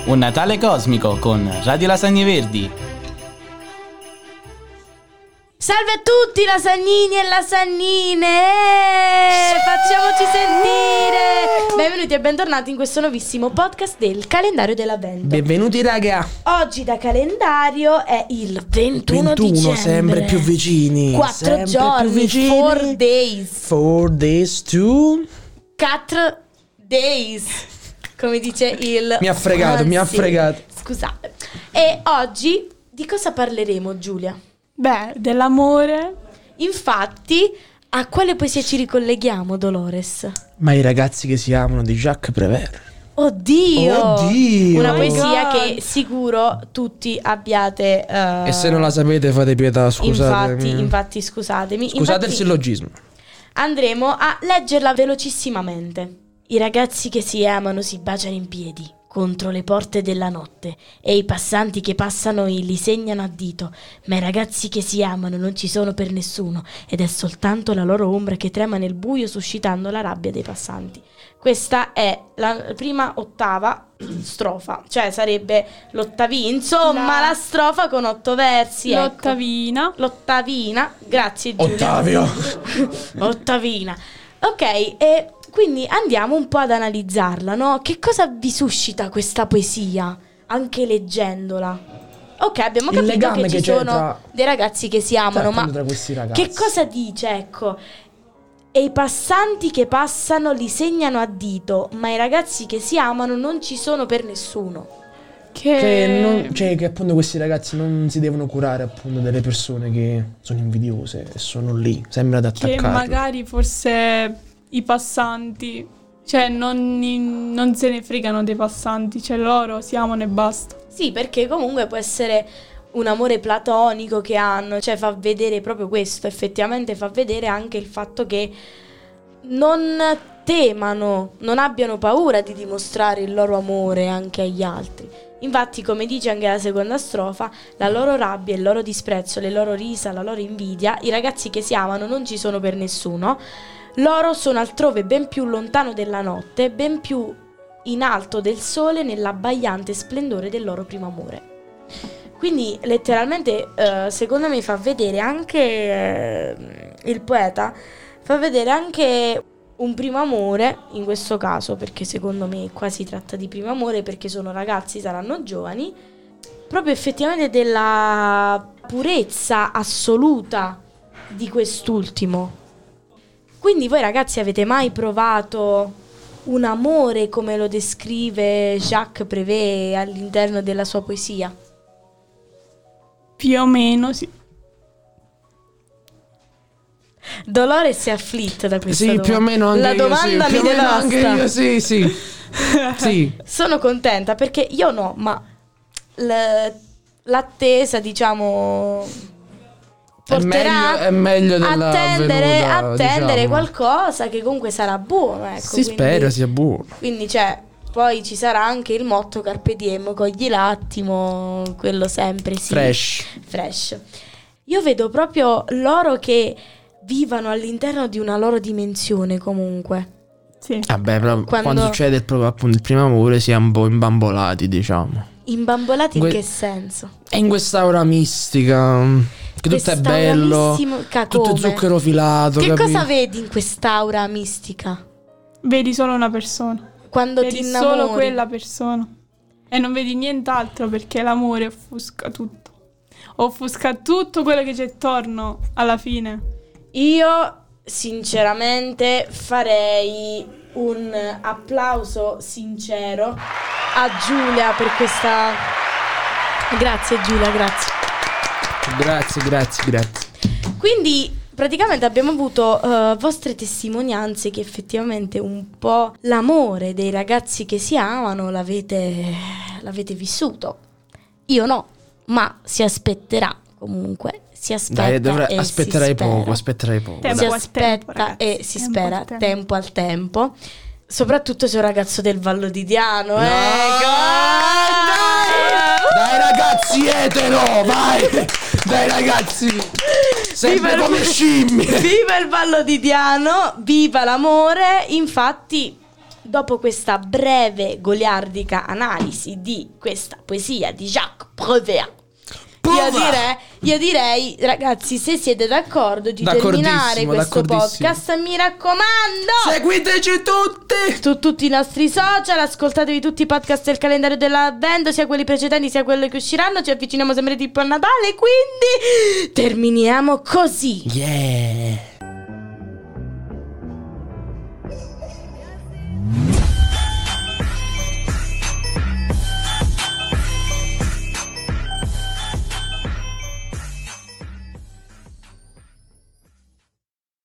Un Natale cosmico con Radio Lasagne Verdi. Salve a tutti lasagnini e lasagnine, facciamoci sentire. Benvenuti e bentornati in questo nuovissimo podcast del calendario dell'avvento. Benvenuti raga. Oggi da calendario è il 21 dicembre. Sempre più vicini. 4 giorni, 4 days. 4 days to 4 days, come dice il... Mi ha fregato. Scusate. E oggi di cosa parleremo, Giulia? Beh, dell'amore. Infatti, a quale poesia ci ricolleghiamo, Dolores? Ma i ragazzi che si amano di Jacques Prévert. Oddio! Una Oh poesia God. che sicuro tutti abbiate. E se non la sapete fate pietà, scusate. Infatti, scusatemi. Scusate il Infatti, sillogismo. andremo a leggerla velocissimamente. I ragazzi che si amano si baciano in piedi contro le porte della notte e i passanti che passano li segnano a dito, ma i ragazzi che si amano non ci sono per nessuno ed è soltanto la loro ombra che trema nel buio suscitando la rabbia dei passanti. Questa è la prima ottava strofa, cioè sarebbe l'ottavina, insomma la strofa con 8 versi. L'ottavina. L'ottavina, grazie Giulia. Ottavio. Ottavina. Ok, e quindi andiamo un po' ad analizzarla, no? Che cosa vi suscita questa poesia, anche leggendola? Ok, abbiamo Il capito legame che ci che c'è sono tra- dei ragazzi che si amano, ma Tra questi ragazzi. che cosa dice, ecco? E i passanti che passano li segnano a dito, ma i ragazzi che si amano non ci sono per nessuno. Che appunto questi ragazzi non si devono curare appunto delle persone che sono invidiose e sono lì, sembra ad Che attaccarli. magari forse i passanti, cioè non se ne fregano dei passanti, cioè loro si amano e basta. Sì, perché comunque può essere un amore platonico che hanno, cioè fa vedere proprio questo, effettivamente fa vedere anche il fatto che non temano, non abbiano paura di dimostrare il loro amore anche agli altri. Infatti, come dice anche la seconda strofa, la loro rabbia, il loro disprezzo, le loro risa, la loro invidia, i ragazzi che si amano non ci sono per nessuno, loro sono altrove ben più lontano della notte, ben più in alto del sole nell'abbagliante splendore del loro primo amore. Quindi letteralmente secondo me fa vedere anche il poeta, fa vedere anche un primo amore, in questo caso, perché secondo me qua si tratta di primo amore perché sono ragazzi, saranno giovani, proprio effettivamente della purezza assoluta di quest'ultimo. Quindi voi ragazzi avete mai provato un amore come lo descrive Jacques Prévert all'interno della sua poesia? Più o meno sì. Dolores è afflitta da questa domanda. Più o meno anche la io, domanda sì, mi più o meno devasta. anche io, sì. Sì. Sono contenta perché io no, ma l'attesa, diciamo, porterà è meglio della attendere diciamo. qualcosa che comunque sarà buono, ecco. Si spera sia buono. Quindi poi ci sarà anche il motto Carpe Diem, cogli l'attimo, quello sempre sì. Fresh. Io vedo proprio loro che vivano all'interno di una loro dimensione comunque. Sì. Vabbè, però Quando- quando succede appunto il primo amore si è un po' imbambolati, diciamo. Imbambolati in Que- che senso? È in quest'aura mistica, che tutto è bello, tutto è zucchero filato, Che capì? cosa vedi in quest'aura mistica? Vedi solo una persona. Quando Vedi ti innamori? solo quella persona. E non vedi nient'altro perché l'amore offusca tutto. Offusca tutto quello che c'è attorno alla fine. Io sinceramente farei un applauso sincero a Giulia per questa... Grazie Giulia, grazie. Grazie. Quindi praticamente abbiamo avuto vostre testimonianze che effettivamente un po' l'amore dei ragazzi che si amano l'avete vissuto. Io no, ma si aspetterà comunque. Si aspetta Dai, e aspetterai si spera. poco. Tempo Si al aspetta tempo, ragazzi, e si tempo spera al tempo. tempo al tempo. Soprattutto se è un ragazzo del Vallo di Diano. Dai ragazzi etero, vai! Dai ragazzi! Sempre Viva come il- scimmie! Viva il Vallo di Diano, viva l'amore. Infatti dopo questa breve goliardica analisi di questa poesia di Jacques Prévert, io direi, ragazzi, se siete d'accordo di terminare questo podcast, mi raccomando, seguiteci tutti su tutti i nostri social, ascoltatevi tutti i podcast del calendario dell'avvento, sia quelli precedenti sia quelli che usciranno. Ci avviciniamo sempre di più a Natale, quindi terminiamo così. Yeah.